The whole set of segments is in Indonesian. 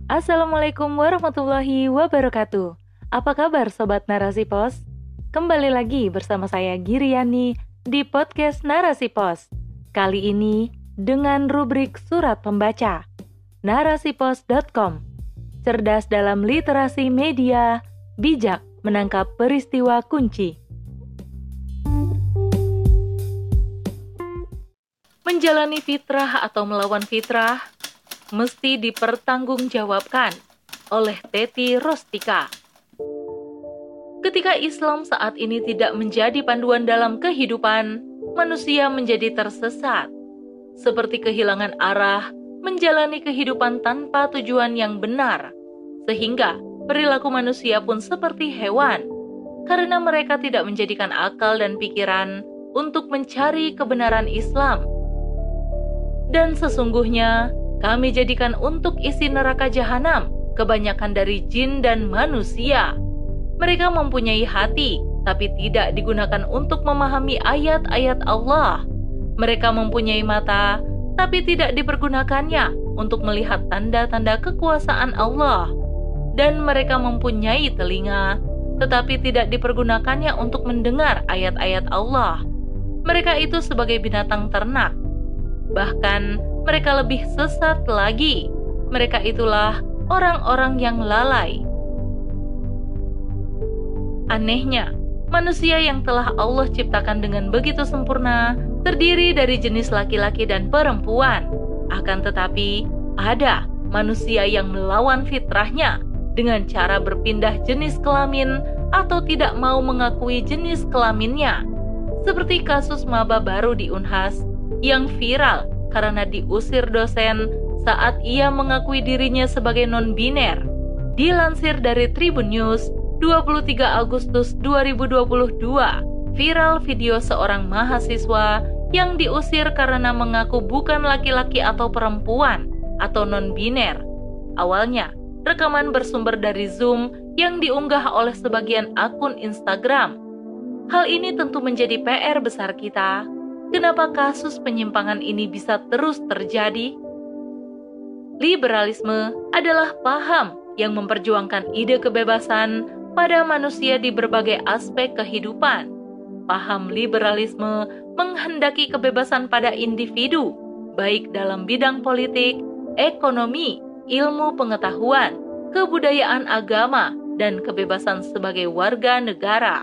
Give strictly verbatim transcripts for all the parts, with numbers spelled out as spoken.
Assalamualaikum warahmatullahi wabarakatuh. Apa kabar Sobat Narasi Pos? Kembali lagi bersama saya Giriani di podcast Narasi Pos. Kali ini dengan rubrik Surat Pembaca, narasipos dot com. Cerdas dalam literasi media, bijak menangkap peristiwa kunci. Menjalani fitrah atau melawan fitrah mesti dipertanggungjawabkan oleh Teti Rostika. Ketika Islam saat ini tidak menjadi panduan dalam kehidupan, manusia menjadi tersesat, seperti kehilangan arah, menjalani kehidupan tanpa tujuan yang benar, sehingga perilaku manusia pun seperti hewan, karena mereka tidak menjadikan akal dan pikiran untuk mencari kebenaran Islam. Dan sesungguhnya, kami jadikan untuk isi neraka jahanam kebanyakan dari jin dan manusia. Mereka mempunyai hati, tapi tidak digunakan untuk memahami ayat-ayat Allah. Mereka mempunyai mata, tapi tidak dipergunakannya untuk melihat tanda-tanda kekuasaan Allah. Dan mereka mempunyai telinga, tetapi tidak dipergunakannya untuk mendengar ayat-ayat Allah. Mereka itu sebagai binatang ternak. Bahkan mereka lebih sesat lagi. Mereka itulah orang-orang yang lalai. Anehnya, manusia yang telah Allah ciptakan dengan begitu sempurna terdiri dari jenis laki-laki dan perempuan. Akan tetapi, ada manusia yang melawan fitrahnya dengan cara berpindah jenis kelamin atau tidak mau mengakui jenis kelaminnya. Seperti kasus maba baru di Unhas yang viral karena diusir dosen saat ia mengakui dirinya sebagai non-biner. Dilansir dari Tribun News, dua puluh tiga Agustus dua ribu dua puluh dua, viral video seorang mahasiswa yang diusir karena mengaku bukan laki-laki atau perempuan atau non-biner. Awalnya, rekaman bersumber dari Zoom yang diunggah oleh sebagian akun Instagram. Hal ini tentu menjadi P R besar kita. Kenapa kasus penyimpangan ini bisa terus terjadi? Liberalisme adalah paham yang memperjuangkan ide kebebasan pada manusia di berbagai aspek kehidupan. Paham liberalisme menghendaki kebebasan pada individu, baik dalam bidang politik, ekonomi, ilmu pengetahuan, kebudayaan agama, dan kebebasan sebagai warga negara.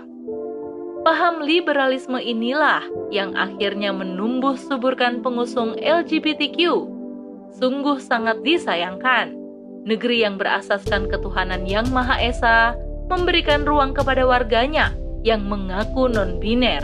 Paham liberalisme inilah yang akhirnya menumbuh suburkan pengusung L G B T Q. Sungguh sangat disayangkan, negeri yang berasaskan ketuhanan yang Maha Esa memberikan ruang kepada warganya yang mengaku non-biner.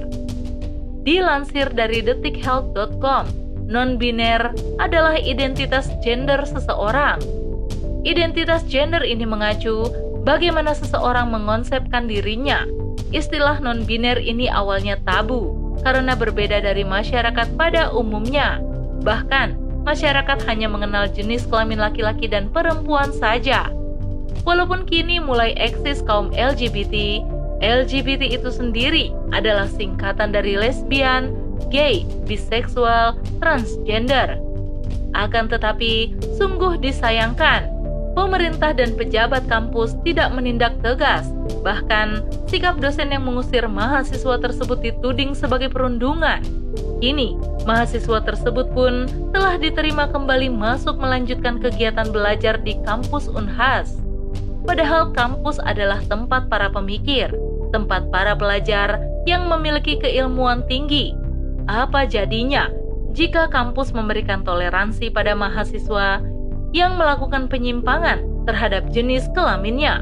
Dilansir dari detik health dot com, non-biner adalah identitas gender seseorang. Identitas gender ini mengacu bagaimana seseorang mengonsepkan dirinya. Istilah non-biner ini awalnya tabu karena berbeda dari masyarakat pada umumnya. Bahkan, masyarakat hanya mengenal jenis kelamin laki-laki dan perempuan saja. Walaupun kini mulai eksis kaum L G B T, L G B T itu sendiri adalah singkatan dari lesbian, gay, biseksual, transgender. Akan tetapi, sungguh disayangkan, pemerintah dan pejabat kampus tidak menindak tegas. Bahkan, sikap dosen yang mengusir mahasiswa tersebut dituding sebagai perundungan. Kini, mahasiswa tersebut pun telah diterima kembali masuk melanjutkan kegiatan belajar di kampus Unhas. Padahal kampus adalah tempat para pemikir, tempat para pelajar yang memiliki keilmuan tinggi. Apa jadinya jika kampus memberikan toleransi pada mahasiswa yang melakukan penyimpangan terhadap jenis kelaminnya?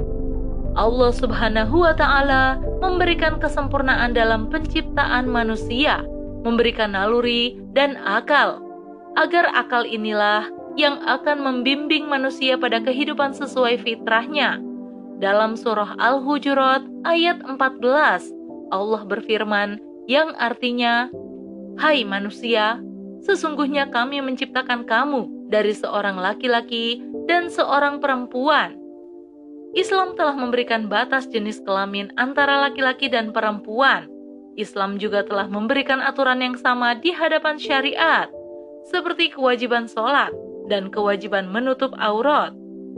Allah Subhanahu wa Ta'ala memberikan kesempurnaan dalam penciptaan manusia, memberikan naluri dan akal, agar akal inilah yang akan membimbing manusia pada kehidupan sesuai fitrahnya. Dalam surah Al-Hujurat ayat empat belas, Allah berfirman yang artinya, "Hai manusia, sesungguhnya kami menciptakan kamu dari seorang laki-laki dan seorang perempuan." Islam telah memberikan batas jenis kelamin antara laki-laki dan perempuan. Islam juga telah memberikan aturan yang sama di hadapan syariat, seperti kewajiban sholat dan kewajiban menutup aurat.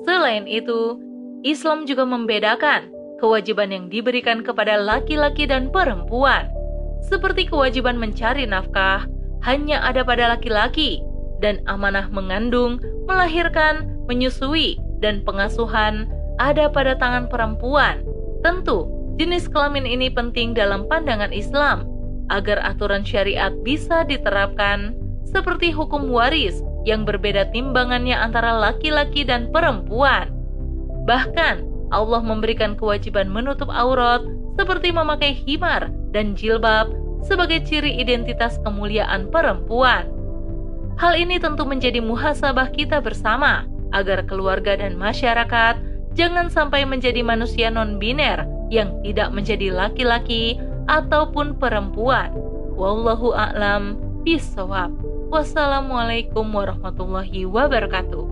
Selain itu, Islam juga membedakan kewajiban yang diberikan kepada laki-laki dan perempuan. Seperti kewajiban mencari nafkah hanya ada pada laki-laki, dan amanah mengandung, melahirkan, menyusui, dan pengasuhan ada pada tangan perempuan. Tentu, jenis kelamin ini penting dalam pandangan Islam agar aturan syariat bisa diterapkan, seperti hukum waris yang berbeda timbangannya antara laki-laki dan perempuan. Bahkan, Allah memberikan kewajiban menutup aurat seperti memakai khimar dan jilbab sebagai ciri identitas kemuliaan perempuan. Hal ini tentu menjadi muhasabah kita bersama agar keluarga dan masyarakat jangan sampai menjadi manusia non-biner yang tidak menjadi laki-laki ataupun perempuan. Wallahu a'lam bishawab. Wassalamualaikum warahmatullahi wabarakatuh.